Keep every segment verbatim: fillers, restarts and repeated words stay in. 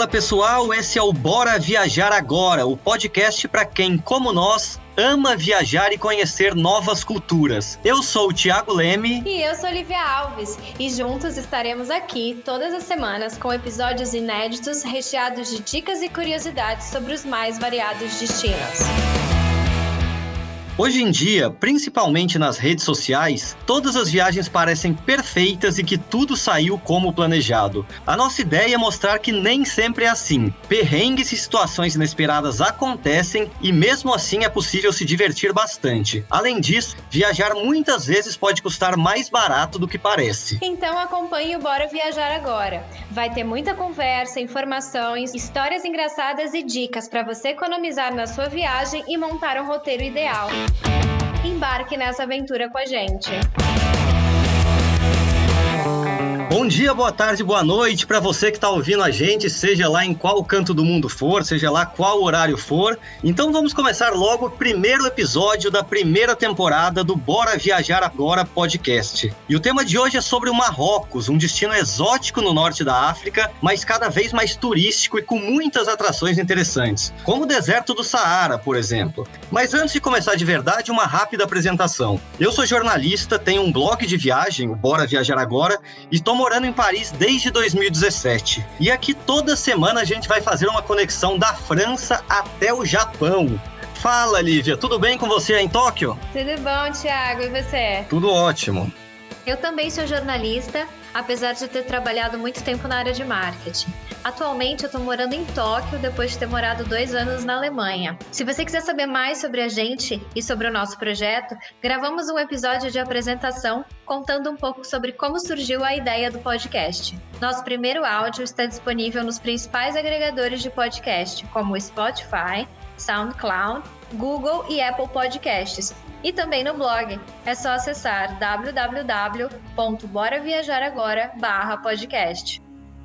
pessoal, esse é o Bora Viajar Agora, o podcast para quem, como nós, ama viajar e conhecer novas culturas. Eu sou o Thiago Leme. E eu sou Olivia Alves. E juntos estaremos aqui todas as semanas com episódios inéditos recheados de dicas e curiosidades sobre os mais variados destinos. Hoje em dia, principalmente nas redes sociais, todas as viagens parecem perfeitas e que tudo saiu como planejado. A nossa ideia é mostrar que nem sempre é assim. Perrengues e situações inesperadas acontecem e mesmo assim é possível se divertir bastante. Além disso, viajar muitas vezes pode custar mais barato do que parece. Então acompanhe o Bora Viajar Agora. Vai ter muita conversa, informações, histórias engraçadas e dicas para você economizar na sua viagem e montar um roteiro ideal. Embarque nessa aventura com a gente. Bom dia, boa tarde, boa noite para você que está ouvindo a gente, seja lá em qual canto do mundo for, seja lá qual horário for. Então vamos começar logo o primeiro episódio da primeira temporada do Bora Viajar Agora podcast. E o tema de hoje é sobre o Marrocos, um destino exótico no norte da África, mas cada vez mais turístico e com muitas atrações interessantes, como o deserto do Saara, por exemplo. Mas antes de começar de verdade, uma rápida apresentação. Eu sou jornalista, tenho um blog de viagem, o Bora Viajar Agora, e estou morando em Paris desde dois mil e dezessete. E aqui toda semana a gente vai fazer uma conexão da França até o Japão. Fala, Lívia, tudo bem com você aí em Tóquio? Tudo bom, Thiago, e você? Tudo ótimo. Eu também sou jornalista, apesar de ter trabalhado muito tempo na área de marketing. Atualmente eu estou morando em Tóquio, depois de ter morado dois anos na Alemanha. Se você quiser saber mais sobre a gente e sobre o nosso projeto, gravamos um episódio de apresentação contando um pouco sobre como surgiu a ideia do podcast. Nosso primeiro áudio está disponível nos principais agregadores de podcast, como o Spotify, SoundCloud, Google e Apple Podcasts. E também no blog. É só acessar w w w ponto bora viajar agora barra podcast.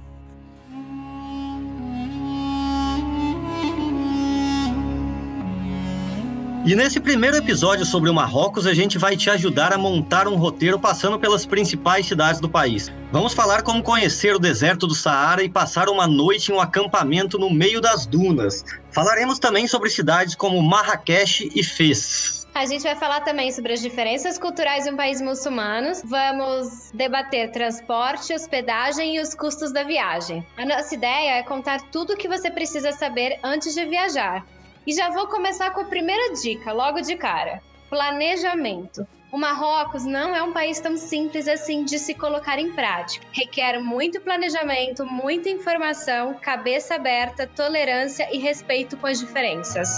E nesse primeiro episódio sobre o Marrocos, a gente vai te ajudar a montar um roteiro passando pelas principais cidades do país. Vamos falar como conhecer o deserto do Saara e passar uma noite em um acampamento no meio das dunas. Falaremos também sobre cidades como Marrakech e Fez. A gente vai falar também sobre as diferenças culturais em um país muçulmano. Vamos debater transporte, hospedagem e os custos da viagem. A nossa ideia é contar tudo o que você precisa saber antes de viajar. E já vou começar com a primeira dica, logo de cara. Planejamento. O Marrocos não é um país tão simples assim de se colocar em prática. Requer muito planejamento, muita informação, cabeça aberta, tolerância e respeito com as diferenças.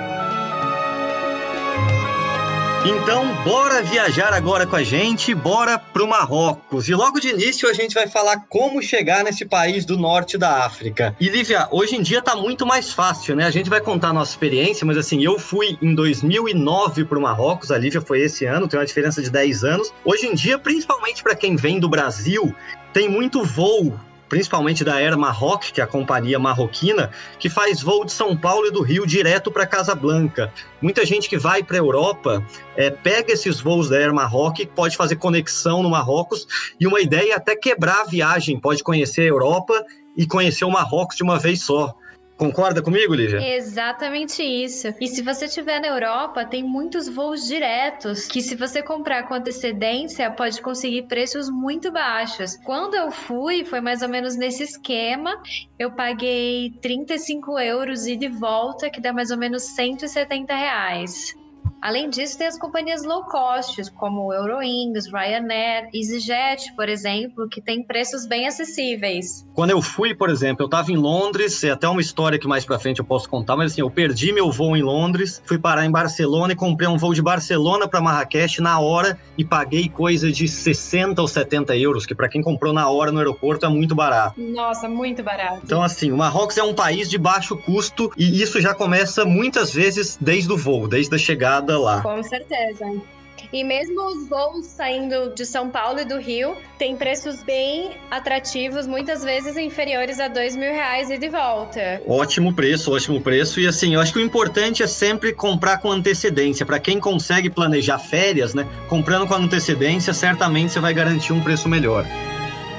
Então, bora viajar agora com a gente, bora pro Marrocos. E logo de início a gente vai falar como chegar nesse país do norte da África. E Lívia, hoje em dia tá muito mais fácil, né? A gente vai contar a nossa experiência, mas assim, eu fui em dois mil e nove pro Marrocos, a Lívia foi esse ano, tem uma diferença de dez anos. Hoje em dia, principalmente para quem vem do Brasil, tem muito voo, principalmente da Air Maroc, que é a companhia marroquina, que faz voo de São Paulo e do Rio direto para Casablanca. Muita gente que vai para a Europa é, pega esses voos da Air Maroc, pode fazer conexão no Marrocos, e uma ideia é até quebrar a viagem, pode conhecer a Europa e conhecer o Marrocos de uma vez só. Concorda comigo, Lívia? Exatamente isso. E se você estiver na Europa, tem muitos voos diretos que, se você comprar com antecedência, pode conseguir preços muito baixos. Quando eu fui, foi mais ou menos nesse esquema. Eu paguei trinta e cinco euros ida e volta, que dá mais ou menos cento e setenta reais. Além disso, tem as companhias low cost, como Eurowings, Ryanair, EasyJet, por exemplo, que tem preços bem acessíveis. Quando eu fui, por exemplo, eu estava em Londres, é até uma história que mais pra frente eu posso contar, mas assim, eu perdi meu voo em Londres, fui parar em Barcelona e comprei um voo de Barcelona para Marrakech na hora e paguei coisa de sessenta ou setenta euros, que para quem comprou na hora no aeroporto é muito barato. Nossa, muito barato. Então assim, o Marrocos é um país de baixo custo e isso já começa muitas vezes desde o voo, desde a chegada lá. Com certeza. E mesmo os voos saindo de São Paulo e do Rio têm preços bem atrativos, muitas vezes inferiores a dois mil reais ida e volta. Ótimo preço, ótimo preço. E assim, eu acho que o importante é sempre comprar com antecedência. Para quem consegue planejar férias, né? Comprando com antecedência, certamente você vai garantir um preço melhor.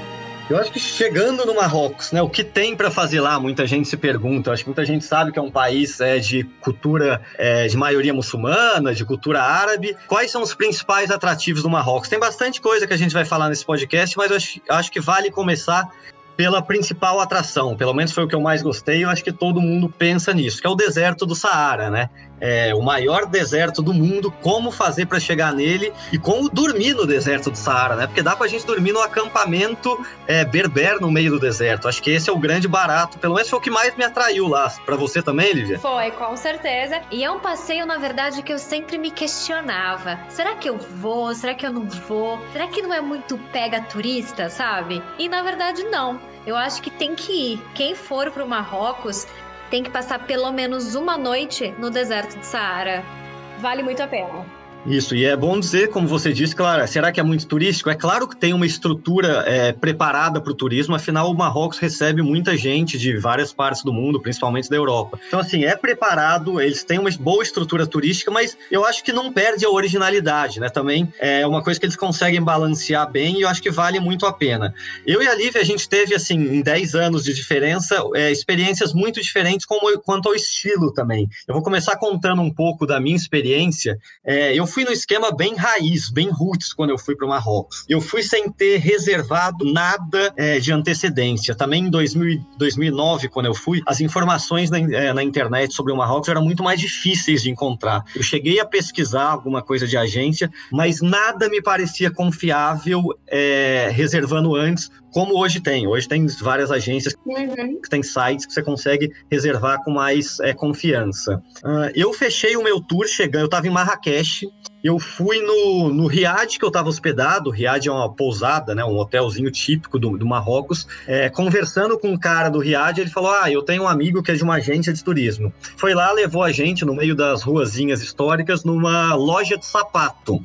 Eu acho que chegando no Marrocos, né, o que tem para fazer lá, muita gente se pergunta. Eu acho que muita gente sabe que é um país é, de cultura é, de maioria muçulmana, de cultura árabe. Quais são os principais atrativos do Marrocos? Tem bastante coisa que a gente vai falar nesse podcast, mas eu acho, acho que vale começar pela principal atração, pelo menos foi o que eu mais gostei. Eu acho que todo mundo pensa nisso, que é o deserto do Saara, né? É o maior deserto do mundo, como fazer para chegar nele e como dormir no deserto do Saara, né? Porque dá pra gente dormir no acampamento é, berber no meio do deserto. Acho que esse é o grande barato, pelo menos foi o que mais me atraiu lá. Pra você também, Lívia? Foi, com certeza. E é um passeio, na verdade, que eu sempre me questionava. Será que eu vou? Será que eu não vou? Será que não é muito pega turista, sabe? E na verdade não. Eu acho que tem que ir. Quem for pro Marrocos tem que passar pelo menos uma noite no deserto do Saara. Vale muito a pena. Isso, e é bom dizer, como você disse, Clara, será que é muito turístico? É claro que tem uma estrutura é, preparada para o turismo, afinal o Marrocos recebe muita gente de várias partes do mundo, principalmente da Europa. Então, assim, é preparado, eles têm uma boa estrutura turística, mas eu acho que não perde a originalidade, né? Também é uma coisa que eles conseguem balancear bem e eu acho que vale muito a pena. Eu e a Lívia, a gente teve, assim, em dez anos de diferença, é, experiências muito diferentes como, quanto ao estilo também. Eu vou começar contando um pouco da minha experiência. É, eu fui no esquema bem raiz, bem roots, quando eu fui para o Marrocos. Eu fui sem ter reservado nada é, de antecedência. Também em dois mil, dois mil e nove, quando eu fui, as informações na, é, na internet sobre o Marrocos eram muito mais difíceis de encontrar. Eu cheguei a pesquisar alguma coisa de agência, mas nada me parecia confiável é, reservando antes, como hoje tem. Hoje tem várias agências uhum. que tem sites que você consegue reservar com mais é, confiança. Uh, eu fechei o meu tour chegando, eu estava em Marrakech. Eu fui no, no Riad, que eu estava hospedado. O Riad é uma pousada, né, um hotelzinho típico do, do Marrocos. É, conversando com um cara do Riad, ele falou, ah, eu tenho um amigo que é de uma agência de turismo. Foi lá, levou a gente no meio das ruazinhas históricas numa loja de sapato.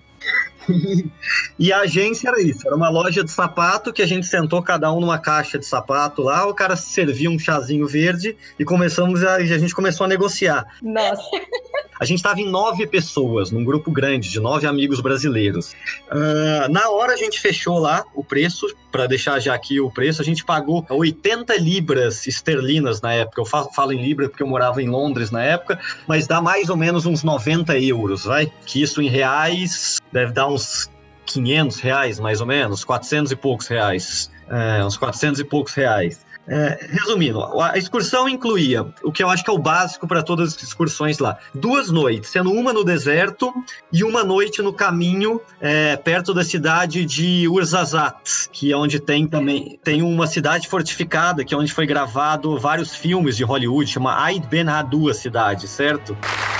E a agência era isso, era uma loja de sapato que a gente sentou cada um numa caixa de sapato lá, o cara servia um chazinho verde e começamos a, a gente começou a negociar. Nossa! A gente estava em nove pessoas, num grupo grande, de nove amigos brasileiros. Uh, na hora a gente fechou lá o preço, para deixar já aqui o preço, a gente pagou oitenta libras esterlinas na época. Eu falo, falo em libra porque eu morava em Londres na época, mas dá mais ou menos uns noventa euros, vai? Que isso em reais deve dar uns quinhentos reais, mais ou menos, quatrocentos e poucos reais. É, uns quatrocentos e poucos reais. É, resumindo, a excursão incluía o que eu acho que é o básico para todas as excursões lá. Duas noites, sendo uma no deserto e uma noite no caminho é, perto da cidade de Ouarzazate, que é onde tem também tem uma cidade fortificada, que é onde foi gravado vários filmes de Hollywood, chama Aïd Ben Haddou a cidade, certo?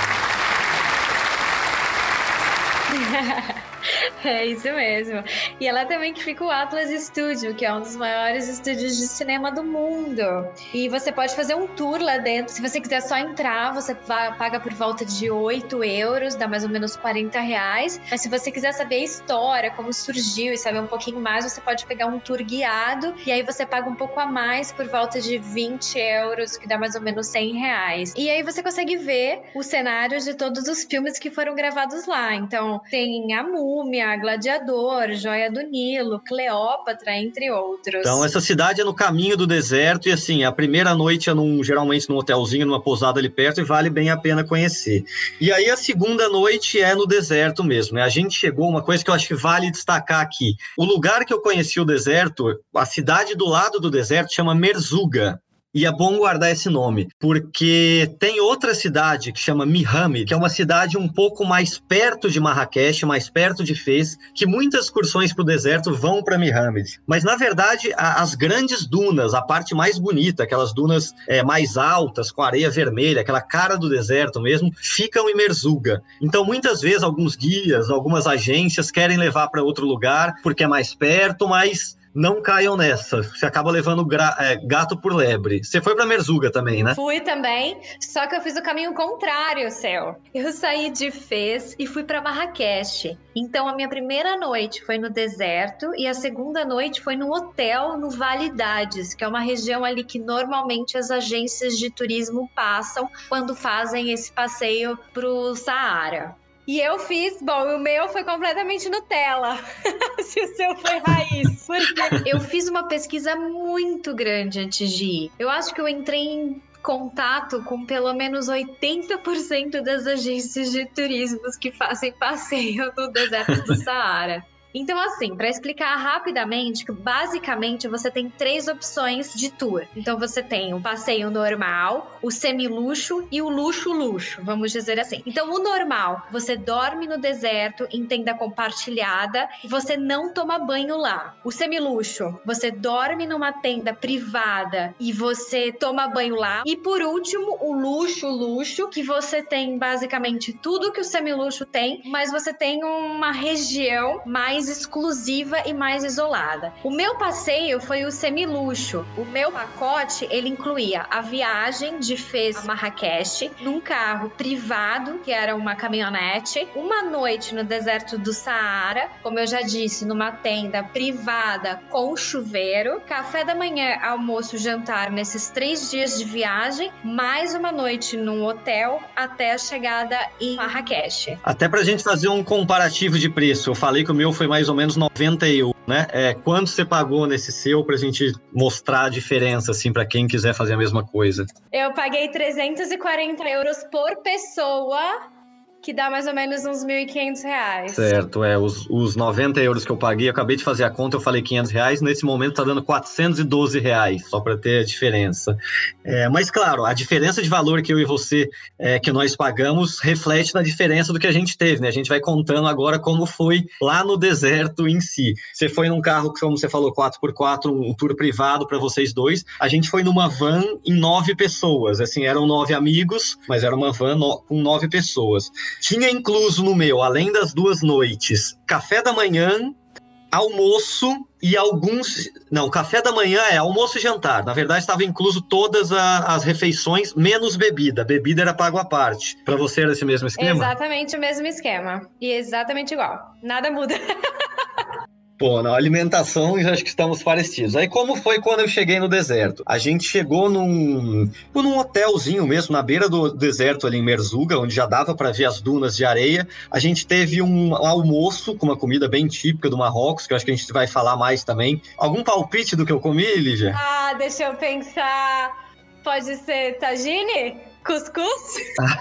É isso mesmo. E é lá também que fica o Atlas Studio, que é um dos maiores estúdios de cinema do mundo. E você pode fazer um tour lá dentro. Se você quiser só entrar, você paga por volta de oito euros, dá mais ou menos quarenta reais. Mas se você quiser saber a história, como surgiu e saber um pouquinho mais, você pode pegar um tour guiado. E aí você paga um pouco a mais, por volta de vinte euros, que dá mais ou menos cem reais. E aí você consegue ver os cenários de todos os filmes que foram gravados lá. Então, tem a Múmia, Gladiador, Joia do Nilo, Cleópatra, entre outros. Então, essa cidade é no caminho do deserto e, assim, a primeira noite é num, geralmente num hotelzinho, numa pousada ali perto e vale bem a pena conhecer. E aí, a segunda noite é no deserto mesmo, né? A gente chegou, uma coisa que eu acho que vale destacar aqui. O lugar que eu conheci o deserto, a cidade do lado do deserto chama Merzouga. E é bom guardar esse nome, porque tem outra cidade que chama Mihamid, que é uma cidade um pouco mais perto de Marrakech, mais perto de Fez, que muitas excursões para o deserto vão para Mihamid. Mas, na verdade, a, as grandes dunas, a parte mais bonita, aquelas dunas é, mais altas, com areia vermelha, aquela cara do deserto mesmo, ficam em Merzouga. Então, muitas vezes, alguns guias, algumas agências querem levar para outro lugar, porque é mais perto, mas não caiam nessa. Você acaba levando gra- é, gato por lebre. Você foi pra Merzouga também, né? Fui também, só que eu fiz o caminho contrário, Céu. Eu saí de Fez e fui pra Marrakech. Então, a minha primeira noite foi no deserto e a segunda noite foi no hotel no Vale d'Ades, que é uma região ali que normalmente as agências de turismo passam quando fazem esse passeio pro Saara. E eu fiz, bom, o meu foi completamente Nutella, se o seu foi raiz. Porque eu fiz uma pesquisa muito grande antes de ir. Eu acho que eu entrei em contato com pelo menos oitenta por cento das agências de turismo que fazem passeio no deserto do Saara. Então, assim, para explicar rapidamente, basicamente você tem três opções de tour. Então, você tem o passeio normal, o semiluxo e o luxo-luxo, vamos dizer assim. Então, o normal, você dorme no deserto em tenda compartilhada e você não toma banho lá. O semiluxo, você dorme numa tenda privada e você toma banho lá. E, por último, o luxo-luxo, que você tem basicamente tudo que o semiluxo tem, mas você tem uma região mais exclusiva e mais isolada. O meu passeio foi o semiluxo. O meu pacote, ele incluía a viagem de Fez a Marrakech num carro privado, que era uma caminhonete, uma noite no deserto do Saara, como eu já disse, numa tenda privada com chuveiro, café da manhã, almoço, jantar nesses três dias de viagem, mais uma noite num hotel até a chegada em Marrakech. Até pra gente fazer um comparativo de preço, eu falei que o meu foi mais ou menos noventa euros, né? É, quanto você pagou nesse seu pra gente mostrar a diferença, assim, pra quem quiser fazer a mesma coisa? Eu paguei trezentos e quarenta euros por pessoa, que dá mais ou menos uns mil e quinhentos reais. Certo, é. Os, os noventa euros que eu paguei, eu acabei de fazer a conta, eu falei quinhentos reais, nesse momento tá dando quatrocentos e doze reais, só para ter a diferença. É, mas, claro, a diferença de valor que eu e você, é, que nós pagamos, reflete na diferença do que a gente teve, né? A gente vai contando agora como foi lá no deserto em si. Você foi num carro, como você falou, quatro por quatro, um tour privado para vocês dois. A gente foi numa van em nove pessoas, assim, eram nove amigos, mas era uma van no, com nove pessoas. Tinha incluso no meu, além das duas noites, café da manhã, almoço e alguns... Não, café da manhã é almoço e jantar. Na verdade, estava incluso todas a, as refeições, menos bebida. Bebida era pago à parte. Para você era esse mesmo esquema? Exatamente o mesmo esquema. E exatamente igual. Nada muda. Pô, na alimentação eu acho que estamos parecidos. Aí como foi quando eu cheguei no deserto? A gente chegou num, num hotelzinho mesmo, na beira do deserto ali em Merzouga, onde já dava para ver as dunas de areia. A gente teve um almoço com uma comida bem típica do Marrocos, que eu acho que a gente vai falar mais também. Algum palpite do que eu comi, Lívia? Ah, deixa eu pensar. Pode ser tagine? Cuscuz?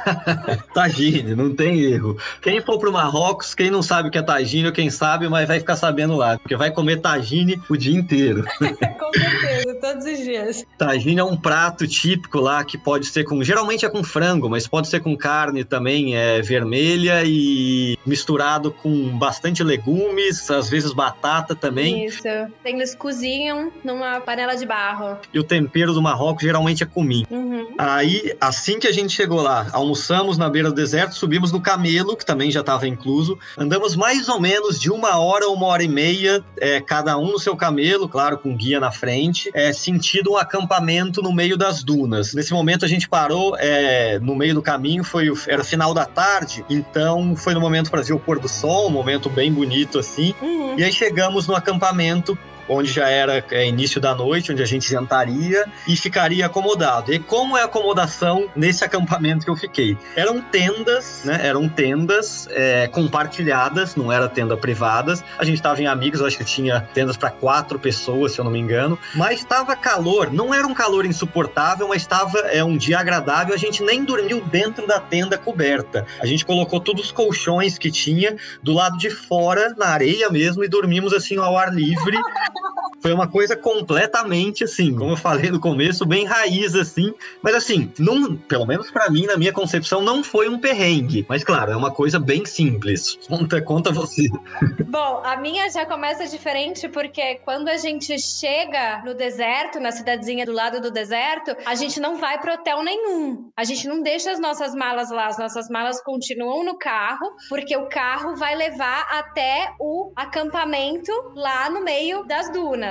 Tagine, não tem erro. Quem for pro Marrocos, quem não sabe o que é tagine, ou quem sabe, mas vai ficar sabendo lá, porque vai comer tagine o dia inteiro. Com certeza, todos os dias. Tagine é um prato típico lá que pode ser com... Geralmente é com frango, mas pode ser com carne também, é vermelha e misturado com bastante legumes, às vezes batata também. Isso. Eles cozinham numa panela de barro. E o tempero do Marrocos geralmente é cominho. Uhum. Aí, assim que a gente chegou lá, almoçamos na beira do deserto, subimos no camelo, que também já estava incluso, andamos mais ou menos de uma hora, uma hora e meia, é, cada um no seu camelo, claro, com guia na frente, é, sentido um acampamento no meio das dunas. Nesse momento a gente parou é, no meio do caminho, foi, era final da tarde, então foi no momento para ver o pôr do sol, um momento bem bonito assim, Uhum. E aí chegamos no acampamento, onde já era é, início da noite, onde a gente jantaria e ficaria acomodado. E como é a acomodação nesse acampamento que eu fiquei? Eram tendas, né? Eram tendas é, compartilhadas, não era tenda privadas. A gente estava em amigos, eu acho que tinha tendas para quatro pessoas, se eu não me engano. Mas estava calor, não era um calor insuportável, mas estava é, um dia agradável. A gente nem dormiu dentro da tenda coberta. A gente colocou todos os colchões que tinha do lado de fora, na areia mesmo, e dormimos assim ao ar livre. Foi uma coisa completamente, assim, como eu falei no começo, bem raiz, assim. Mas, assim, não, pelo menos pra mim, na minha concepção, não foi um perrengue. Mas, claro, é uma coisa bem simples. Conta, conta você. Bom, a minha já começa diferente, porque quando a gente chega no deserto, na cidadezinha do lado do deserto, a gente não vai pro hotel nenhum. A gente não deixa as nossas malas lá. As nossas malas continuam no carro, porque o carro vai levar até o acampamento lá no meio das dunas.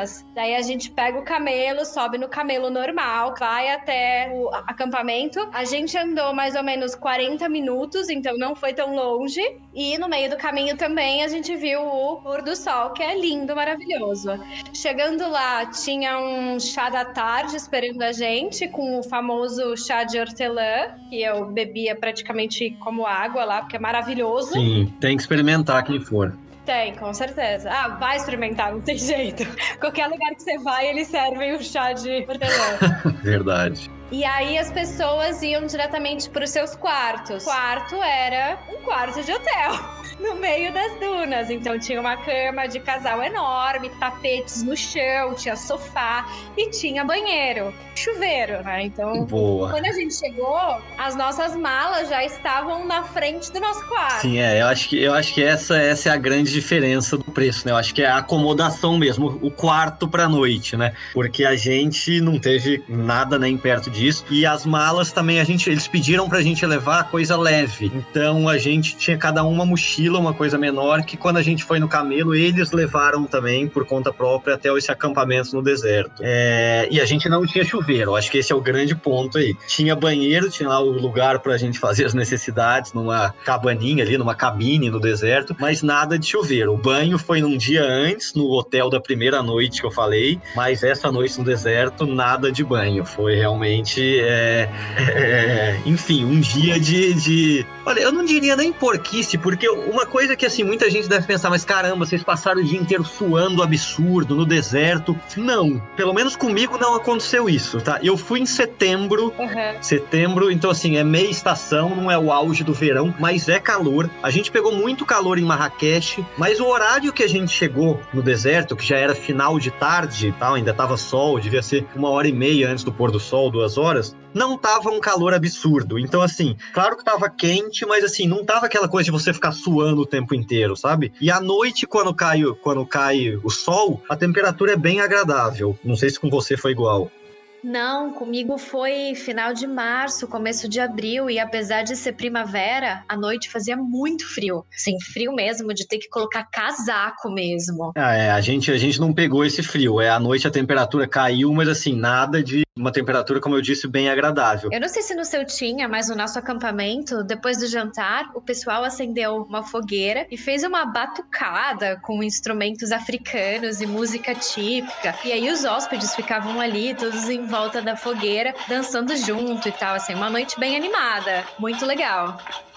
dunas. Daí a gente pega o camelo, sobe no camelo normal, vai até o acampamento. A gente andou mais ou menos quarenta minutos, então não foi tão longe. E no meio do caminho também a gente viu o pôr do sol, que é lindo, maravilhoso. Chegando lá, tinha um chá da tarde esperando a gente, com o famoso chá de hortelã, que eu bebia praticamente como água lá, porque é maravilhoso. Sim, tem que experimentar quem for. Tem, com certeza. Ah, vai experimentar, não tem jeito. Qualquer lugar que você vai, eles servem o chá de hortelã. Verdade. E aí as pessoas iam diretamente para os seus quartos. O quarto era um quarto de hotel, no meio das dunas. Então tinha uma cama de casal enorme, tapetes no chão, tinha sofá e tinha banheiro, chuveiro, né? Então, boa. Quando a gente chegou, as nossas malas já estavam na frente do nosso quarto. Sim, é. Eu acho que, eu acho que essa, essa é a grande diferença do preço, né? Eu acho que é a acomodação mesmo, o quarto pra noite, né? Porque a gente não teve nada nem perto disso. E as malas também, a gente, eles pediram pra gente levar coisa leve. Então a gente tinha cada uma mochila, uma coisa menor, que quando a gente foi no camelo, eles levaram também por conta própria até esse acampamento no deserto. É, e a gente não tinha chuveiro, acho que esse é o grande ponto aí. Tinha banheiro, tinha lá o lugar pra gente fazer as necessidades, numa cabaninha ali, numa cabine no deserto, mas nada de chuveiro. O banho foi num dia antes, no hotel da primeira noite que eu falei, mas essa noite no deserto, nada de banho. Foi realmente É, é, enfim, um dia de, de... Olha, eu não diria nem porquice, porque uma coisa que, assim, muita gente deve pensar, mas caramba, vocês passaram o dia inteiro suando absurdo no deserto. Não, pelo menos comigo não aconteceu isso, tá? Eu fui em setembro, uhum. setembro, então, assim, é meia estação, não é o auge do verão, mas é calor. A gente pegou muito calor em Marrakech, mas o horário que a gente chegou no deserto, que já era final de tarde, tal, ainda tava sol, devia ser uma hora e meia antes do pôr do sol, duas horas, não tava um calor absurdo. Então, assim, claro que tava quente, mas assim, não tava aquela coisa de você ficar suando o tempo inteiro, sabe? E à noite, quando cai, quando cai o sol, a temperatura é bem agradável. Não sei se com você foi igual. Não, comigo foi final de março, começo de abril, e apesar de ser primavera, à noite fazia muito frio. Assim, frio mesmo, de ter que colocar casaco mesmo. Ah, é, a gente, a gente não pegou esse frio. É, à noite a temperatura caiu, mas assim, nada de uma temperatura, como eu disse, bem agradável. Eu não sei se no seu tinha, mas no nosso acampamento, depois do jantar, o pessoal acendeu uma fogueira e fez uma batucada com instrumentos africanos e música típica. E aí os hóspedes ficavam ali, todos em volta da fogueira, dançando junto e tal, assim, uma noite bem animada, muito legal.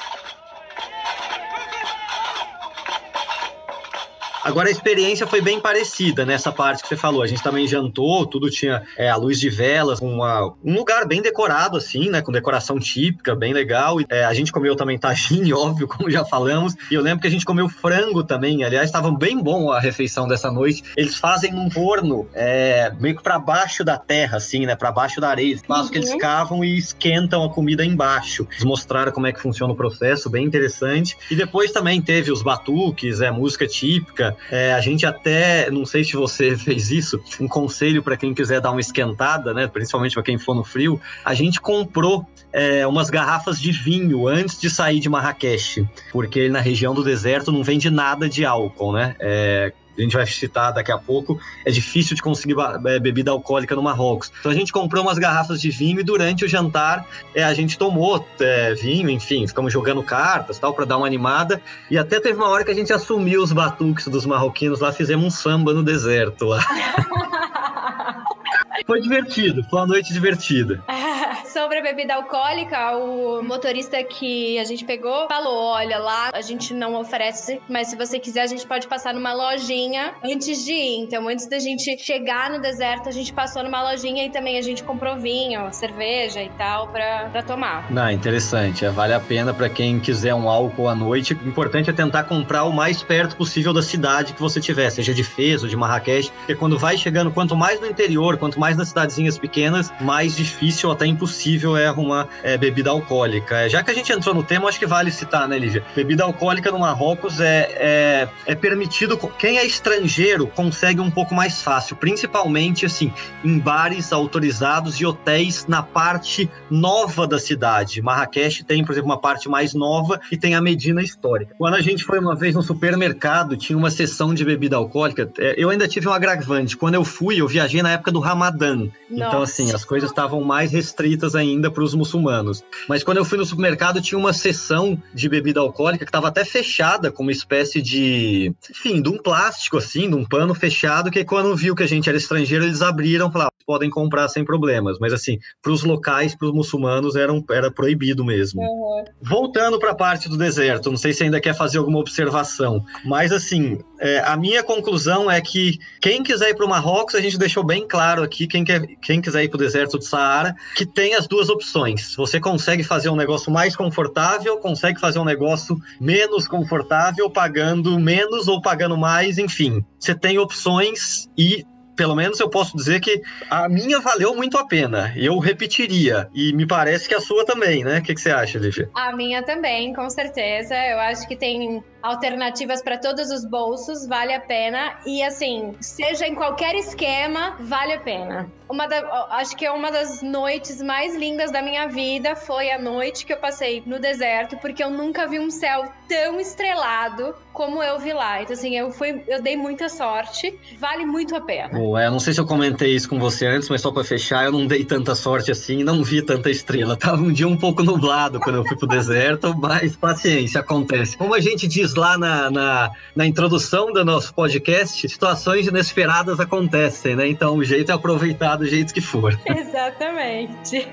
Agora a experiência foi bem parecida nessa parte que você falou. A gente também jantou, tudo tinha é, a luz de velas, uma, um lugar bem decorado, assim, né? Com decoração típica, bem legal. E, é, a gente comeu também tagine, óbvio, como já falamos. E eu lembro que a gente comeu frango também. Aliás, estava bem bom a refeição dessa noite. Eles fazem num forno é, meio que para baixo da terra, assim, né? Para baixo da areia. Espaço uhum. que eles cavam e esquentam a comida embaixo. Eles mostraram como é que funciona o processo, bem interessante. E depois também teve os batuques, é, música típica. É, a gente até, não sei se você fez isso, um conselho para quem quiser dar uma esquentada, né, principalmente para quem for no frio, a gente comprou é, umas garrafas de vinho antes de sair de Marrakech, porque na região do deserto não vende nada de álcool, né, é, a gente vai citar daqui a pouco, é difícil de conseguir bebida alcoólica no Marrocos. Então a gente comprou umas garrafas de vinho e durante o jantar é, a gente tomou é, vinho, enfim, ficamos jogando cartas tal para dar uma animada e até teve uma hora que a gente assumiu os batuques dos marroquinos lá, fizemos um samba no deserto lá. Foi divertido, foi uma noite divertida. Sobre a bebida alcoólica, o motorista que a gente pegou falou, olha, lá a gente não oferece, mas se você quiser a gente pode passar numa lojinha antes de ir. Então, antes da gente chegar no deserto, a gente passou numa lojinha e também a gente comprou vinho, cerveja e tal pra, pra tomar. Não, interessante, é, vale a pena pra quem quiser um álcool à noite. O importante é tentar comprar o mais perto possível da cidade que você tiver, seja de Fez ou de Marrakech, porque quando vai chegando, quanto mais no interior, quanto mais nas cidadezinhas pequenas, mais difícil ou até impossível impossível é arrumar é, bebida alcoólica. É, já que a gente entrou no tema, acho que vale citar, né, Lívia? Bebida alcoólica no Marrocos é, é, é permitido, quem é estrangeiro consegue um pouco mais fácil, principalmente assim, em bares autorizados e hotéis na parte nova da cidade. Marrakech tem, por exemplo, uma parte mais nova e tem a Medina histórica. Quando a gente foi uma vez no supermercado, tinha uma seção de bebida alcoólica, eu ainda tive um agravante. Quando eu fui, eu viajei na época do Ramadã. Nossa. Então, assim, as coisas estavam mais restritas ainda para os muçulmanos. Mas quando eu fui no supermercado, tinha uma seção de bebida alcoólica que estava até fechada, com uma espécie de, enfim, de um plástico, assim, de um pano fechado, que quando viu que a gente era estrangeiro, eles abriram e falaram, podem comprar sem problemas. Mas, assim, para os locais, para os muçulmanos, era, um, era proibido mesmo. Uhum. Voltando para a parte do deserto, não sei se ainda quer fazer alguma observação, mas, assim, é, a minha conclusão é que quem quiser ir para o Marrocos, a gente deixou bem claro aqui, quem, quer, quem quiser ir para o deserto do Saara, que tem as duas opções. Você consegue fazer um negócio mais confortável, consegue fazer um negócio menos confortável, pagando menos ou pagando mais, enfim. Você tem opções e pelo menos eu posso dizer que a minha valeu muito a pena. Eu repetiria. E me parece que a sua também, né? O que, que você acha, Lívia? A minha também, com certeza. Eu acho que tem alternativas para todos os bolsos, vale a pena. E assim, seja em qualquer esquema, vale a pena. Uma da, acho que é uma das noites mais lindas da minha vida foi a noite que eu passei no deserto, porque eu nunca vi um céu tão estrelado como eu vi lá. Então assim, eu, fui, eu dei muita sorte, vale muito a pena. Bom, é, não sei se eu comentei isso com você antes, mas só para fechar, eu não dei tanta sorte assim, não vi tanta estrela. Tava um dia um pouco nublado quando eu fui pro deserto, mas paciência, acontece. Como a gente diz lá na, na, na introdução do nosso podcast, situações inesperadas acontecem, né? Então o jeito é aproveitar do jeito que for. Exatamente.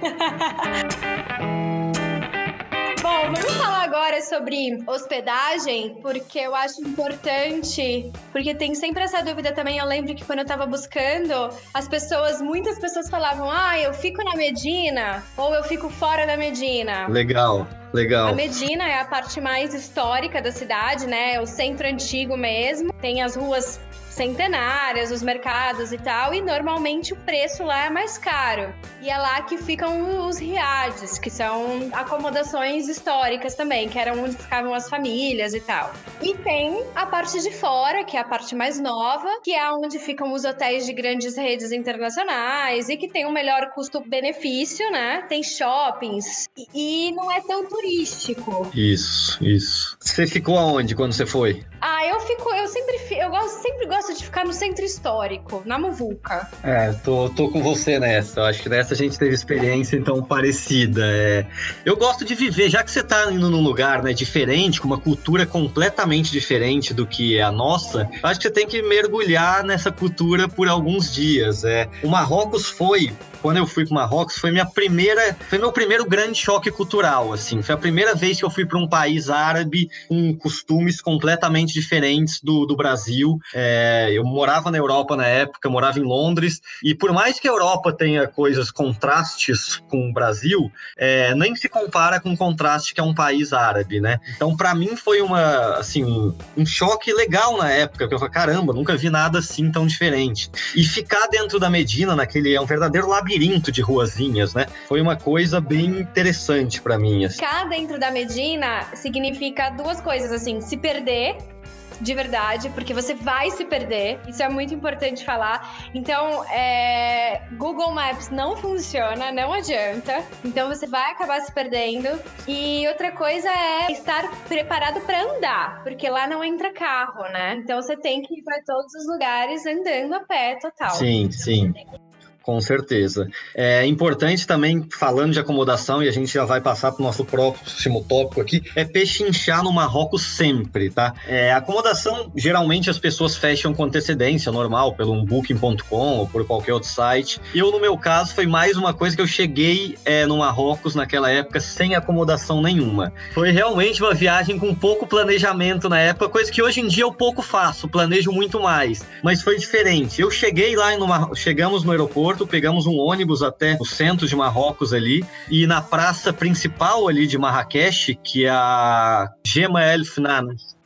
Bom, vamos falar agora sobre hospedagem, porque eu acho importante, porque tem sempre essa dúvida também. Eu lembro que quando eu tava buscando, as pessoas, muitas pessoas falavam, ah, eu fico na Medina, ou eu fico fora da Medina. Legal. Legal. A Medina é a parte mais histórica da cidade, né? É o centro antigo mesmo. Tem as ruas centenárias, os mercados e tal, e normalmente o preço lá é mais caro. E é lá que ficam os riades, que são acomodações históricas também, que eram onde ficavam as famílias e tal. E tem a parte de fora, que é a parte mais nova, que é onde ficam os hotéis de grandes redes internacionais e que tem um melhor custo-benefício, né? Tem shoppings e, e não é tão turístico. Isso, isso. Você ficou aonde quando você foi? Ah, eu fico, eu sempre, eu gosto, sempre gosto de ficar no centro histórico, na Muvuca. É, tô, tô com você nessa. Eu acho que nessa a gente teve experiência, então, parecida. É. Eu gosto de viver, já que você tá indo num lugar, né, diferente, com uma cultura completamente diferente do que é a nossa, acho que você tem que mergulhar nessa cultura por alguns dias. É. O Marrocos foi... Quando eu fui para o Marrocos, foi minha primeira, foi meu primeiro grande choque cultural, assim. Foi a primeira vez que eu fui para um país árabe com costumes completamente diferentes do, do Brasil. É, eu morava na Europa na época, morava em Londres, e por mais que a Europa tenha coisas, contrastes com o Brasil, é, nem se compara com o contraste que é um país árabe, né? Então, para mim, foi uma, assim, um, um choque legal na época, porque eu falei, caramba, nunca vi nada assim tão diferente. E ficar dentro da Medina, naquele, é um verdadeiro labirinto de ruazinhas, né? Foi uma coisa bem interessante pra mim. Assim. Ficar dentro da Medina significa duas coisas, assim, se perder de verdade, porque você vai se perder, isso é muito importante falar. Então, é... Google Maps não funciona, não adianta, então você vai acabar se perdendo. E outra coisa é estar preparado para andar, porque lá não entra carro, né? Então você tem que ir para todos os lugares andando a pé, total. Sim, sim. Com certeza. É importante também, falando de acomodação, e a gente já vai passar para o nosso próximo tópico aqui, é pechinchar no Marrocos sempre, tá? É, a acomodação, geralmente as pessoas fecham com antecedência, normal, pelo um booking ponto com ou por qualquer outro site. Eu, no meu caso, foi mais uma coisa que eu cheguei é, no Marrocos naquela época sem acomodação nenhuma. Foi realmente uma viagem com pouco planejamento na época, coisa que hoje em dia eu pouco faço, planejo muito mais. Mas foi diferente. Eu cheguei lá, no Mar... chegamos no aeroporto, pegamos um ônibus até o centro de Marrocos ali, e na praça principal ali de Marrakech, que é a Gema El Fnan,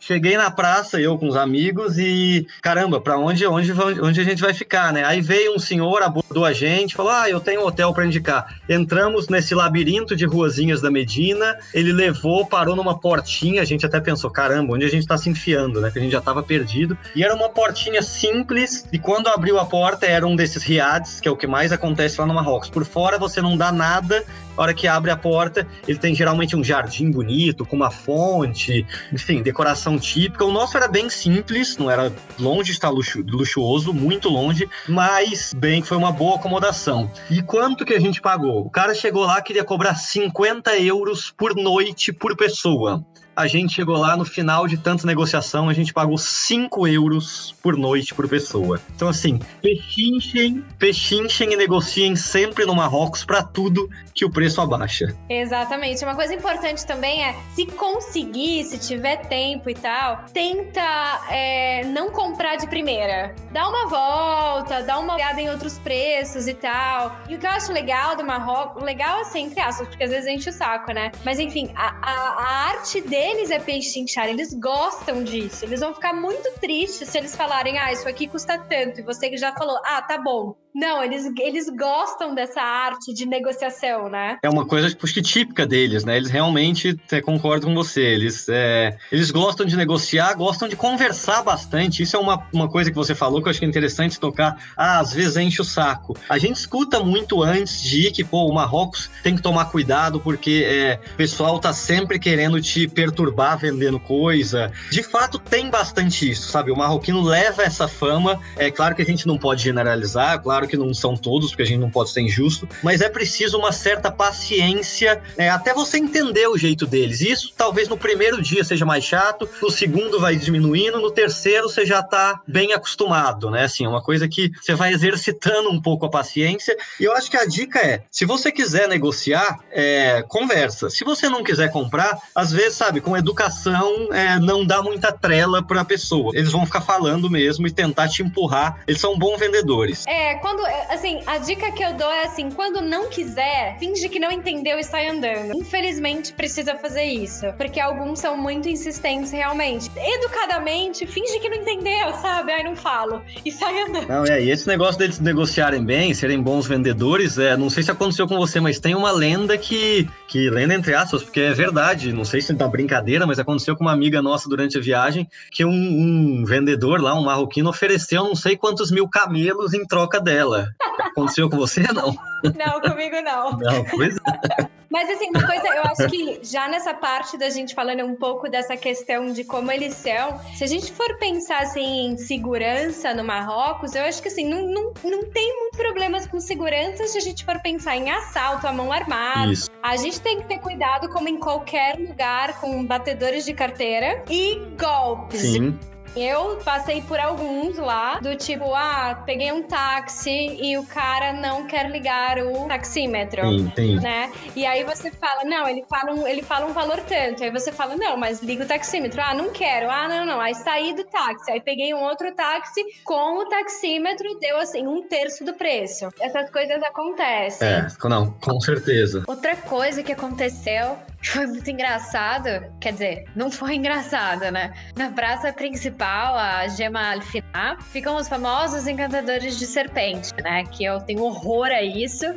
cheguei na praça, eu com os amigos, e caramba, pra onde, onde, onde a gente vai ficar, né? Aí veio um senhor, abordou a gente, falou, ah, eu tenho um hotel pra indicar. Entramos nesse labirinto de ruazinhas da Medina, ele levou, parou numa portinha, a gente até pensou, caramba, onde a gente tá se enfiando, né? Que a gente já tava perdido. E era uma portinha simples, e quando abriu a porta, era um desses riades, que é o que mais acontece lá no Marrocos. Por fora você não dá nada, a hora que abre a porta, ele tem geralmente um jardim bonito, com uma fonte, enfim, decoração típica. O nosso era bem simples, não era longe de estar luxu- luxuoso, muito longe, mas bem que foi uma boa acomodação. E quanto que a gente pagou? O cara chegou lá, queria cobrar cinquenta euros por noite por pessoa. A gente chegou lá, no final de tanta negociação, a gente pagou cinco euros por noite por pessoa. Então, assim, pechinchem, pechinchem e negociem sempre no Marrocos para tudo que o preço abaixa. Exatamente. Uma coisa importante também é, se conseguir, se tiver tempo e tal, tenta é, não comprar de primeira. Dá uma volta, dá uma olhada em outros preços e tal. E o que eu acho legal do Marrocos, legal assim, entre aspas, porque às vezes enche o saco, né? Mas enfim, a, a, a arte dele eles é pechinchar, eles gostam disso. Eles vão ficar muito tristes se eles falarem, ah, isso aqui custa tanto, e você que já falou, ah, tá bom. Não, eles, eles gostam dessa arte de negociação, né? É uma coisa, acho que típica deles, né? Eles realmente, é, concordo com você, eles, é, eles gostam de negociar, gostam de conversar bastante. Isso é uma, uma coisa que você falou que eu acho que é interessante tocar. Ah, às vezes enche o saco. A gente escuta muito antes de ir que, pô, o Marrocos tem que tomar cuidado porque é, o pessoal tá sempre querendo te perturbar vendendo coisa. De fato, tem bastante isso, sabe? O marroquino leva essa fama. É claro que a gente não pode generalizar, claro que não são todos, porque a gente não pode ser injusto, mas é preciso uma certa paciência, é, até você entender o jeito deles. Isso talvez no primeiro dia seja mais chato, no segundo vai diminuindo, no terceiro você já tá bem acostumado, né? Assim, é uma coisa que você vai exercitando um pouco a paciência. E eu acho que a dica é, se você quiser negociar, é, conversa. Se você não quiser comprar, às vezes, sabe, com educação, é, não dá muita trela pra pessoa. Eles vão ficar falando mesmo e tentar te empurrar. Eles são bons vendedores. É, quando Quando, assim, a dica que eu dou é assim, quando não quiser, finge que não entendeu e sai andando. Infelizmente, precisa fazer isso, porque alguns são muito insistentes realmente. Educadamente, finge que não entendeu, sabe? Aí não falo, e sai andando. Não, é, e esse negócio deles negociarem bem, serem bons vendedores, é, não sei se aconteceu com você, mas tem uma lenda que, que lenda entre aspas, porque é verdade, não sei se é uma brincadeira, mas aconteceu com uma amiga nossa durante a viagem, que um, um vendedor lá, um marroquino, ofereceu não sei quantos mil camelos em troca dela. Aconteceu com você, não? Não, comigo não. Não, pois é. Mas assim, uma coisa, eu acho que já nessa parte da gente falando um pouco dessa questão de como eles são, se a gente for pensar assim em segurança no Marrocos, eu acho que assim, não, não, não tem muito problemas com segurança se a gente for pensar em assalto, a mão armada. Isso. A gente tem que ter cuidado, como em qualquer lugar, com batedores de carteira e golpes. Sim. Eu passei por alguns lá, do tipo, ah, peguei um táxi e o cara não quer ligar o taxímetro, sim, sim. né? E aí você fala, não, ele fala, um, ele fala um valor tanto. Aí você fala, não, mas liga o taxímetro. Ah, não quero. Ah, não, não. Aí saí do táxi. Aí peguei um outro táxi com o taxímetro, deu assim, um terço do preço. Essas coisas acontecem. É, não, com certeza. Outra coisa que aconteceu foi muito engraçado, quer dizer, não foi engraçado, né? Na praça principal, a Gema Alfina, ficam os famosos encantadores de serpente, né? Que eu tenho horror a isso,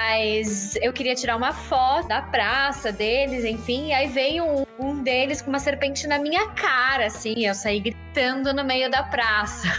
mas eu queria tirar uma foto da praça deles, enfim, e aí veio um, um deles com uma serpente na minha cara, assim, eu saí gritando no meio da praça.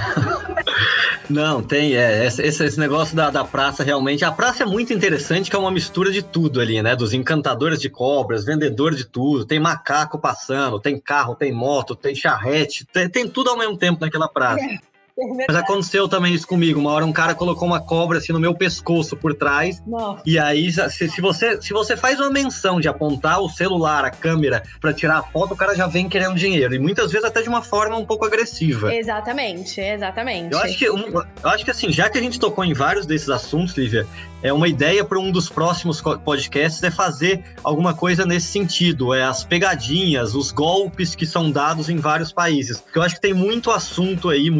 Não, tem, é, esse, esse negócio da, da praça realmente, a praça é muito interessante, que é uma mistura de tudo ali, né? Dos encantadores de cobras, vendedor de tudo, tem macaco passando, tem carro, tem moto, tem charrete, tem, tem tudo ao mesmo tempo naquela praça. É. Mas aconteceu também isso comigo. Uma hora um cara colocou uma cobra assim no meu pescoço por trás. Nossa. E aí, se, se, você, se você faz uma menção de apontar o celular, a câmera, pra tirar a foto, o cara já vem querendo dinheiro. E muitas vezes até de uma forma um pouco agressiva. Exatamente, exatamente. Eu acho que, um, eu acho que assim, já que a gente tocou em vários desses assuntos, Lívia, é uma ideia para um dos próximos podcasts é fazer alguma coisa nesse sentido. É as pegadinhas, os golpes que são dados em vários países. Porque eu acho que tem muito assunto aí, muita experiência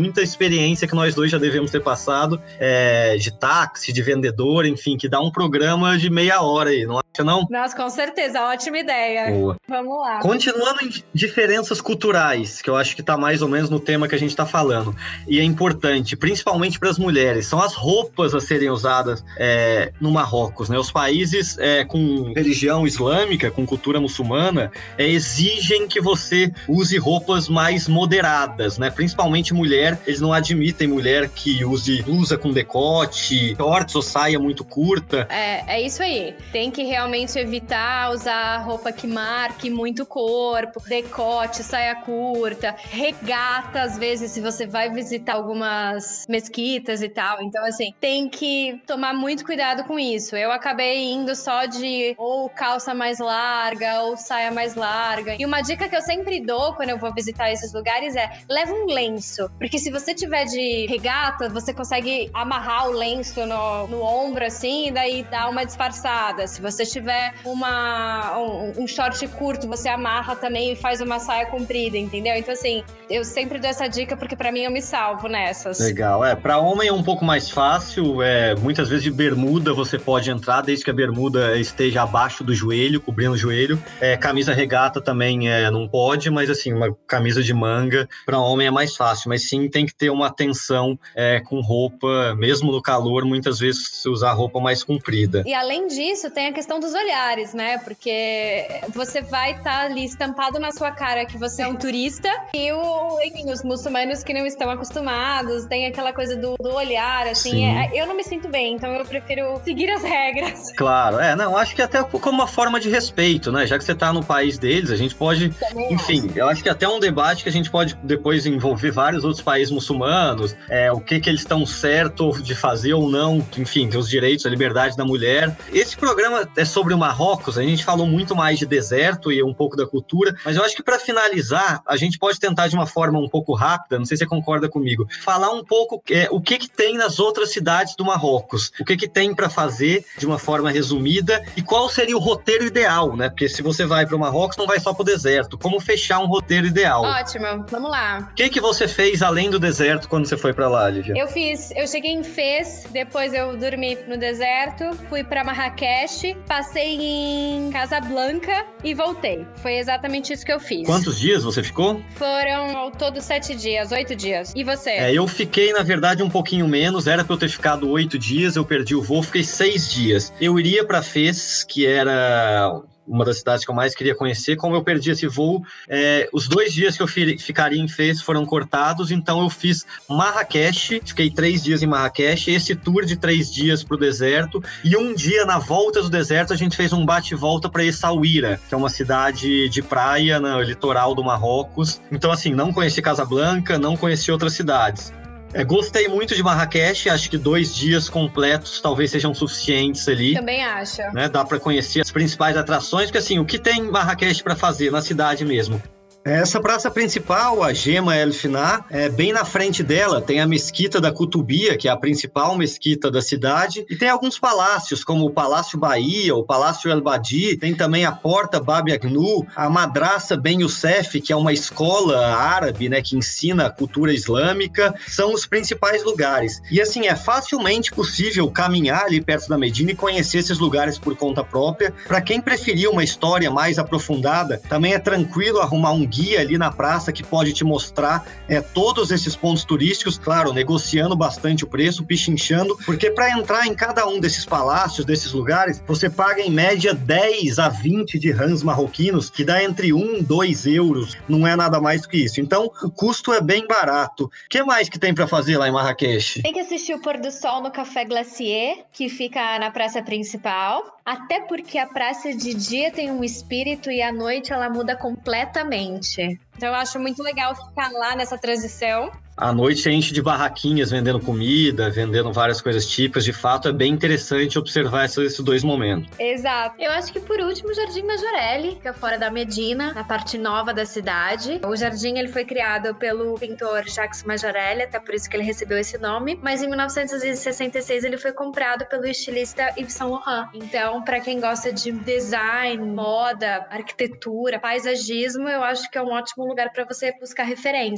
experiência que nós dois já devemos ter passado, é, de táxi, de vendedor, enfim, que dá um programa de meia hora aí, não acha não? Nossa, com certeza, ótima ideia. Boa. Vamos lá. Continuando em diferenças culturais, que eu acho que tá mais ou menos no tema que a gente tá falando, e é importante, principalmente para as mulheres, são as roupas a serem usadas é, no Marrocos, né? Os países é, com religião islâmica, com cultura muçulmana, é, exigem que você use roupas mais moderadas, né? Principalmente mulher, eles não admitem mulher que use blusa com decote, shorts ou saia muito curta. É, é isso aí. Tem que realmente evitar usar roupa que marque muito corpo, decote, saia curta, regata, às vezes, se você vai visitar algumas mesquitas e tal. Então, assim, tem que tomar muito cuidado com isso. Eu acabei indo só de ou calça mais larga ou saia mais larga. E uma dica que eu sempre dou quando eu vou visitar esses lugares é: leva um lenço. Porque se você tiver de regata, você consegue amarrar o lenço no, no ombro, assim, e daí dá uma disfarçada. Se você tiver uma, um, um short curto, você amarra também e faz uma saia comprida, entendeu? Então, assim, eu sempre dou essa dica porque pra mim eu me salvo nessas. Legal, é, pra homem é um pouco mais fácil, é, muitas vezes de bermuda você pode entrar, desde que a bermuda esteja abaixo do joelho, cobrindo o joelho. É, camisa regata também é, não pode, mas assim, uma camisa de manga pra homem é mais fácil, mas sim tem que ter uma atenção é, com roupa, mesmo no calor, muitas vezes se usar roupa mais comprida. E além disso, tem a questão dos olhares, né? Porque você vai estar tá ali estampado na sua cara que você é um turista e o, enfim, os muçulmanos que não estão acostumados, tem aquela coisa do, do olhar, assim. É, eu não me sinto bem, então eu prefiro seguir as regras. Claro, é, não, acho que até como uma forma de respeito, né? Já que você tá no país deles, a gente pode, também enfim, acho. Eu acho que até um debate que a gente pode depois envolver vários outros países muçulmanos, é, o que que eles estão certo de fazer ou não, enfim, os direitos, a liberdade da mulher. Esse programa é sobre o Marrocos, a gente falou muito mais de deserto e um pouco da cultura, mas eu acho que para finalizar, a gente pode tentar de uma forma um pouco rápida, não sei se você concorda comigo, falar um pouco é, o que que tem nas outras cidades do Marrocos, o que que tem para fazer de uma forma resumida e qual seria o roteiro ideal, né? Porque se você vai para o Marrocos, não vai só para o deserto. Como fechar um roteiro ideal? Ótimo, vamos lá. O que que você fez além do deserto quando você foi para lá, Lívia? Eu fiz, eu cheguei em Fez, depois eu dormi no deserto, fui para Marrakech, passei em Casablanca e voltei. Foi exatamente isso que eu fiz. Quantos dias você ficou? Foram ao todo sete dias, oito dias. E você? É, eu fiquei, na verdade, um pouquinho menos. Era pra eu ter ficado oito dias, eu perdi o voo, fiquei seis dias. Eu iria pra Fez, que era uma das cidades que eu mais queria conhecer. Como eu perdi esse voo, é, os dois dias que eu fi- ficaria em Fez foram cortados, então eu fiz Marrakech, fiquei três dias em Marrakech, esse tour de três dias pro deserto, e um dia na volta do deserto a gente fez um bate-volta para Essaouira, que é uma cidade de praia no litoral do Marrocos. Então, assim, não conheci Casablanca, não conheci outras cidades. É, gostei muito de Marrakech, acho que dois dias completos talvez sejam suficientes ali. Também acho. Né? Dá para conhecer as principais atrações, porque assim, o que tem em Marrakech para fazer na cidade mesmo? Essa praça principal, a Gema El Fna, é bem na frente dela tem a Mesquita da Kutubia, que é a principal mesquita da cidade, e tem alguns palácios, como o Palácio Bahia, o Palácio El Badi, tem também a Porta Bab Agnu, a Madraça Ben Youssef, que é uma escola árabe, né, que ensina a cultura islâmica, são os principais lugares. E assim, é facilmente possível caminhar ali perto da Medina e conhecer esses lugares por conta própria. Para quem preferir uma história mais aprofundada, também é tranquilo arrumar um guia ali na praça que pode te mostrar é, todos esses pontos turísticos, claro, negociando bastante o preço, pichinchando, porque para entrar em cada um desses palácios, desses lugares, você paga em média dez a vinte dirhams marroquinos, que dá entre um e dois euros, não é nada mais que isso. Então, o custo é bem barato. O que mais que tem para fazer lá em Marrakech? Tem que assistir o pôr do sol no Café Glacier, que fica na praça principal, até porque a praça de dia tem um espírito e à noite ela muda completamente. Então eu acho muito legal ficar lá nessa transição. À noite enche de barraquinhas vendendo comida, vendendo várias coisas típicas. De fato, é bem interessante observar esses dois momentos. Exato. Eu acho que, por último, o Jardim Majorelle, fica fora da Medina, na parte nova da cidade. O jardim ele foi criado pelo pintor Jacques Majorelle, até por isso que ele recebeu esse nome. Mas em mil novecentos e sessenta e seis ele foi comprado pelo estilista Yves Saint Laurent. Então, para quem gosta de design, moda, arquitetura, paisagismo, eu acho que é um ótimo lugar para você buscar referências.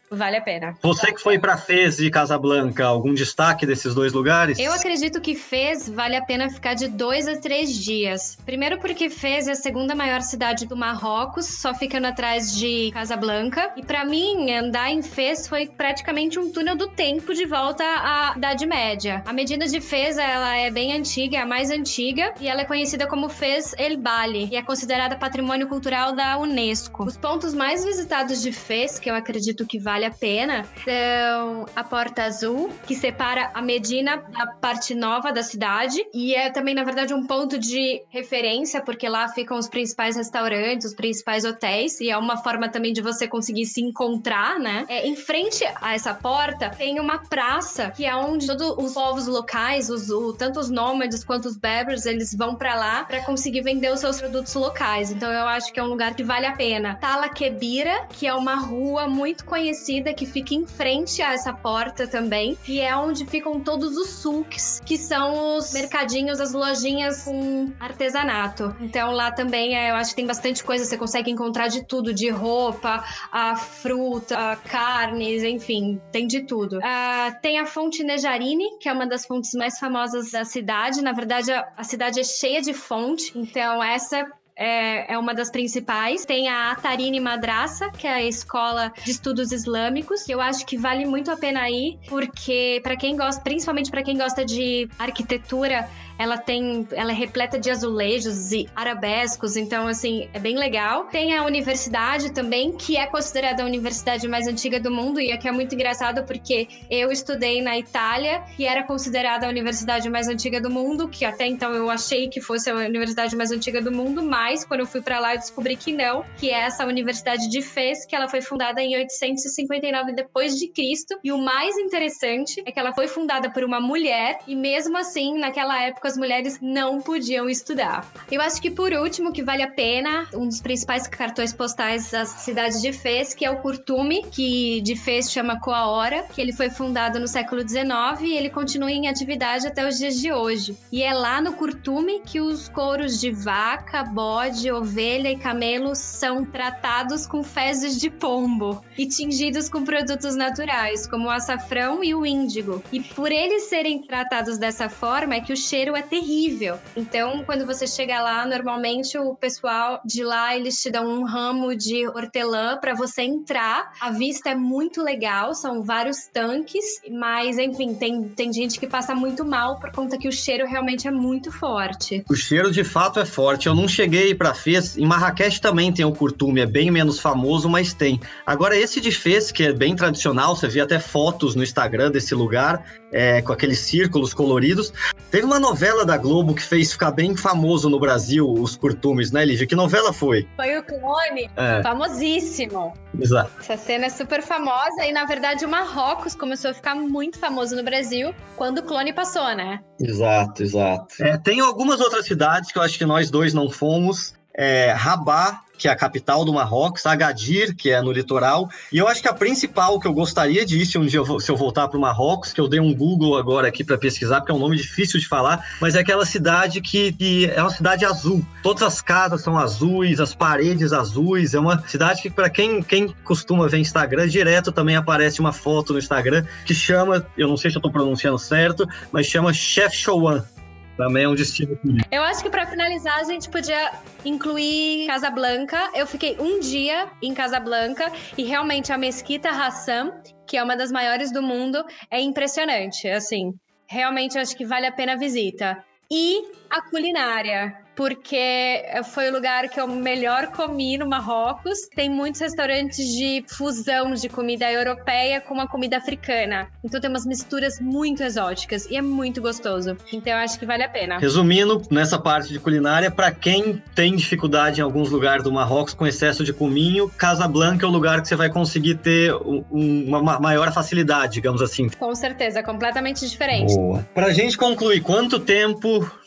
vale a pena. Você que foi para Fez e Casablanca, algum destaque desses dois lugares? Eu acredito que Fez vale a pena ficar de dois a três dias. Primeiro porque Fez é a segunda maior cidade do Marrocos, só ficando atrás de Casablanca. E para mim, andar em Fez foi praticamente um túnel do tempo de volta à Idade Média. A Medina de Fez, ela é bem antiga, é a mais antiga, e ela é conhecida como Fez El Bali, e é considerada patrimônio cultural da Unesco. Os pontos mais visitados de Fez, que eu acredito que vale a pena, são a Porta Azul, que separa a Medina da parte nova da cidade, e é também, na verdade, um ponto de referência, porque lá ficam os principais restaurantes, os principais hotéis, e é uma forma também de você conseguir se encontrar, né? É, em frente a essa porta, tem uma praça, que é onde todos os povos locais, os, o, tanto os nômades quanto os berbers, eles vão pra lá pra conseguir vender os seus produtos locais. Então eu acho que é um lugar que vale a pena. Tala Kebira, que é uma rua muito conhecida, que fica em frente a essa porta também, e é onde ficam todos os souks, que são os mercadinhos, as lojinhas com artesanato. Então lá também é, eu acho que tem bastante coisa, você consegue encontrar de tudo, de roupa, a fruta, a carnes, enfim, tem de tudo. Uh, tem a Fonte Nejarine, que é uma das fontes mais famosas da cidade. Na verdade, a, a cidade é cheia de fonte, então essa É, é uma das principais. Tem a Atarine Madrasa, que é a escola de estudos islâmicos, que eu acho que vale muito a pena ir, porque para quem gosta, principalmente para quem gosta de arquitetura, ela tem, ela é repleta de azulejos e arabescos, então assim, é bem legal. Tem a universidade também, que é considerada a universidade mais antiga do mundo, e aqui é muito engraçado porque eu estudei na Itália, que era considerada a universidade mais antiga do mundo, que até então eu achei que fosse a universidade mais antiga do mundo, mas quando eu fui pra lá eu descobri que não, que é essa universidade de Fez, que ela foi fundada em oitocentos e cinquenta e nove depois de Cristo, e o mais interessante é que ela foi fundada por uma mulher, e mesmo assim, naquela época as mulheres não podiam estudar. Eu acho que por último, que vale a pena, um dos principais cartões postais da cidade de Fez, que é o Curtume, que de Fez chama Coahora, que ele foi fundado no século dezenove e ele continua em atividade até os dias de hoje. E é lá no Curtume que os couros de vaca, bode, ovelha e camelo são tratados com fezes de pombo e tingidos com produtos naturais, como o açafrão e o índigo. E por eles serem tratados dessa forma, é que o cheiro é terrível. Então, quando você chega lá, normalmente o pessoal de lá, eles te dão um ramo de hortelã para você entrar. A vista é muito legal, são vários tanques, mas, enfim, tem, tem gente que passa muito mal por conta que o cheiro realmente é muito forte. O cheiro, de fato, é forte. Eu não cheguei para Fez. Em Marrakech também tem o Curtume, é bem menos famoso, mas tem. Agora, esse de Fez, que é bem tradicional, você vê até fotos no Instagram desse lugar, é, com aqueles círculos coloridos. Teve uma novela da Globo que fez ficar bem famoso no Brasil, os Curtumes, né, Lívia? Que novela foi? Foi o Clone, é. Famosíssimo. Exato. Essa cena é super famosa e, na verdade, o Marrocos começou a ficar muito famoso no Brasil quando o Clone passou, né? Exato, exato. É, tem algumas outras cidades que eu acho que nós dois não fomos. É, Rabat, que é a capital do Marrocos, Agadir, que é no litoral, e eu acho que a principal que eu gostaria de ir se um dia eu, se eu voltar para o Marrocos, que eu dei um Google agora aqui para pesquisar, porque é um nome difícil de falar, mas é aquela cidade que, que é uma cidade azul, todas as casas são azuis, as paredes azuis, é uma cidade que para quem, quem costuma ver Instagram, direto também aparece uma foto no Instagram que chama, eu não sei se eu estou pronunciando certo, mas chama Chefchaouen. Também é um destino turístico. Eu acho que pra finalizar a gente podia incluir Casablanca. Eu fiquei um dia em Casablanca e realmente a Mesquita Hassan, que é uma das maiores do mundo, é impressionante. Assim, realmente acho que vale a pena a visita. E a culinária, porque foi o lugar que eu melhor comi no Marrocos. Tem muitos restaurantes de fusão de comida europeia com uma comida africana. Então tem umas misturas muito exóticas e é muito gostoso. Então eu acho que vale a pena. Resumindo, nessa parte de culinária, para quem tem dificuldade em alguns lugares do Marrocos com excesso de cominho, Casablanca é o lugar que você vai conseguir ter um, uma maior facilidade, digamos assim. Com certeza, completamente diferente. Boa. Pra gente concluir, quanto tempo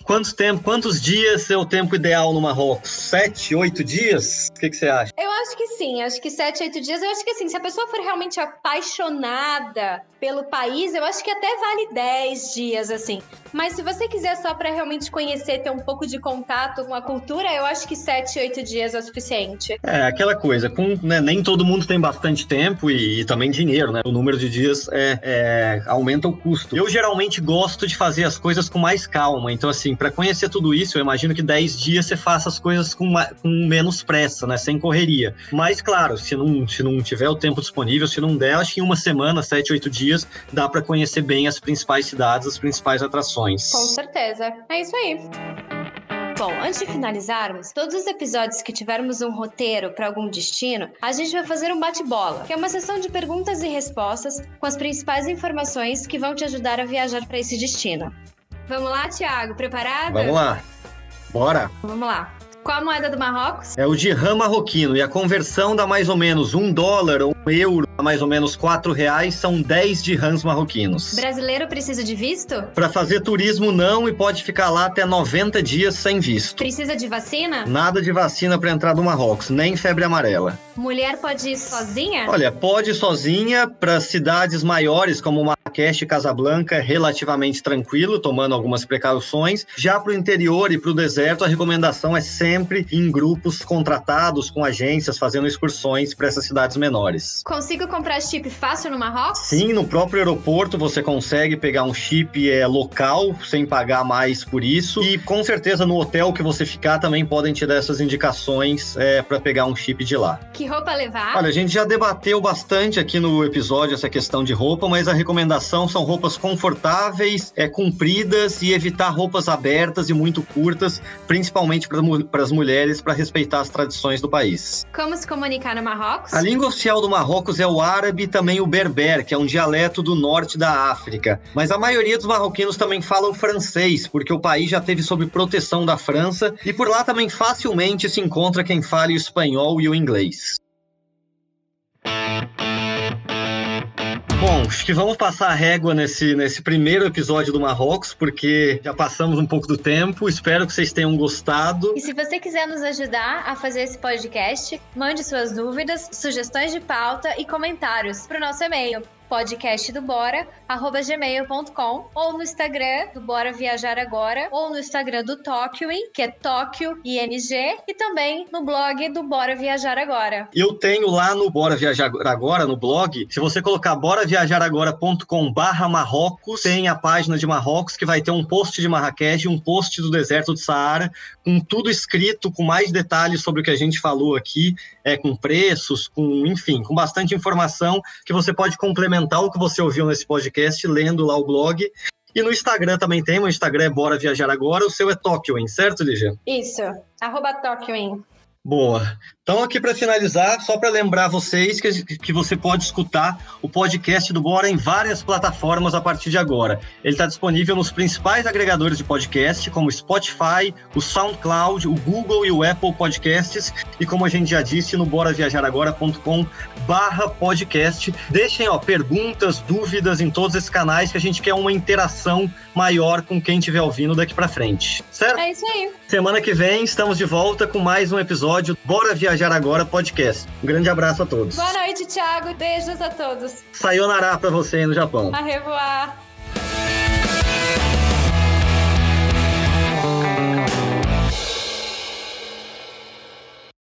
Quantos tempo, quantos dias é o tempo ideal no Marrocos? Sete, oito dias? O que, que você acha? Eu acho que sim, acho que sete, oito dias. Eu acho que assim, se a pessoa for realmente apaixonada pelo país, eu acho que até vale dez dias, assim. Mas se você quiser só pra realmente conhecer, ter um pouco de contato com a cultura, eu acho que sete, oito dias é o suficiente. É, aquela coisa, com, né, nem todo mundo tem bastante tempo e, e também dinheiro, né? O número de dias é, é, aumenta o custo. Eu geralmente gosto de fazer as coisas com mais calma, então assim, pra conhecer tudo isso, eu imagino que dez dias você faça as coisas com, uma, com menos pressa, né? Sem correria. Mas, claro, se não, se não tiver o tempo disponível, se não der, acho que em uma semana, sete, oito dias, dá pra conhecer bem as principais cidades, as principais atrações. Com certeza. É isso aí. Bom, antes de finalizarmos, todos os episódios que tivermos um roteiro para algum destino, a gente vai fazer um bate-bola, que é uma sessão de perguntas e respostas com as principais informações que vão te ajudar a viajar para esse destino. Vamos lá, Thiago? Preparado? Vamos lá. Bora. Vamos lá. Qual a moeda do Marrocos? É o dirham marroquino, e a conversão dá mais ou menos um dólar ou um euro, dá mais ou menos quatro reais, são dez dirhams marroquinos. Brasileiro precisa de visto? Para fazer turismo não, e pode ficar lá até noventa dias sem visto. Precisa de vacina? Nada de vacina para entrar no Marrocos, nem febre amarela. Mulher pode ir sozinha? Olha, pode ir sozinha para cidades maiores como Marrakech e Casablanca, relativamente tranquilo, tomando algumas precauções. Já para o interior e para o deserto, a recomendação é sempre em grupos contratados com agências fazendo excursões para essas cidades menores. Consigo comprar chip fácil no Marrocos? Sim, no próprio aeroporto você consegue pegar um chip é, local sem pagar mais por isso, e com certeza no hotel que você ficar também podem te dar essas indicações é, para pegar um chip de lá. Que roupa levar? Olha, a gente já debateu bastante aqui no episódio essa questão de roupa, mas a recomendação são roupas confortáveis, é, compridas, e evitar roupas abertas e muito curtas, principalmente para as mulheres, para respeitar as tradições do país. Como se comunicar no Marrocos? A língua oficial do Marrocos é o árabe e também o berber, que é um dialeto do norte da África. Mas a maioria dos marroquinos também falam francês, porque o país já teve sob proteção da França, e por lá também facilmente se encontra quem fale o espanhol e o inglês. Bom, acho que vamos passar a régua nesse, nesse primeiro episódio do Marrocos, porque já passamos um pouco do tempo. Espero que vocês tenham gostado. E se você quiser nos ajudar a fazer esse podcast, mande suas dúvidas, sugestões de pauta e comentários para o nosso e-mail, podcastdobora arroba gmail ponto com, ou no Instagram do Bora Viajar Agora, ou no Instagram do Tokyoing, que é Tóquio I N G, e também no blog do Bora Viajar Agora. Eu tenho lá no Bora Viajar Agora, no blog, se você colocar bora viajar agora ponto com barra Marrocos, tem a página de Marrocos, que vai ter um post de Marrakech e um post do deserto do Saara, com tudo escrito, com mais detalhes sobre o que a gente falou aqui, é, com preços, com, enfim, com bastante informação que você pode complementar o que você ouviu nesse podcast, lendo lá o blog. E no Instagram também tem, o Instagram é Bora Viajar Agora, o seu é Tokyoing, certo, Lígia? Isso, arroba Tokyoing. Boa. Então, aqui para finalizar, só para lembrar vocês que, que você pode escutar o podcast do Bora em várias plataformas a partir de agora. Ele está disponível nos principais agregadores de podcast, como o Spotify, o SoundCloud, o Google e o Apple Podcasts, e como a gente já disse, no bora viajar agora ponto com barra podcast. Deixem ó, perguntas, dúvidas em todos esses canais, que a gente quer uma interação maior com quem estiver ouvindo daqui para frente, certo? É isso aí. Semana que vem estamos de volta com mais um episódio Bora Viajar Agora Podcast. Um grande abraço a todos. Boa noite, Thiago. Beijos a todos. Sayonara pra você aí no Japão. Au revoir.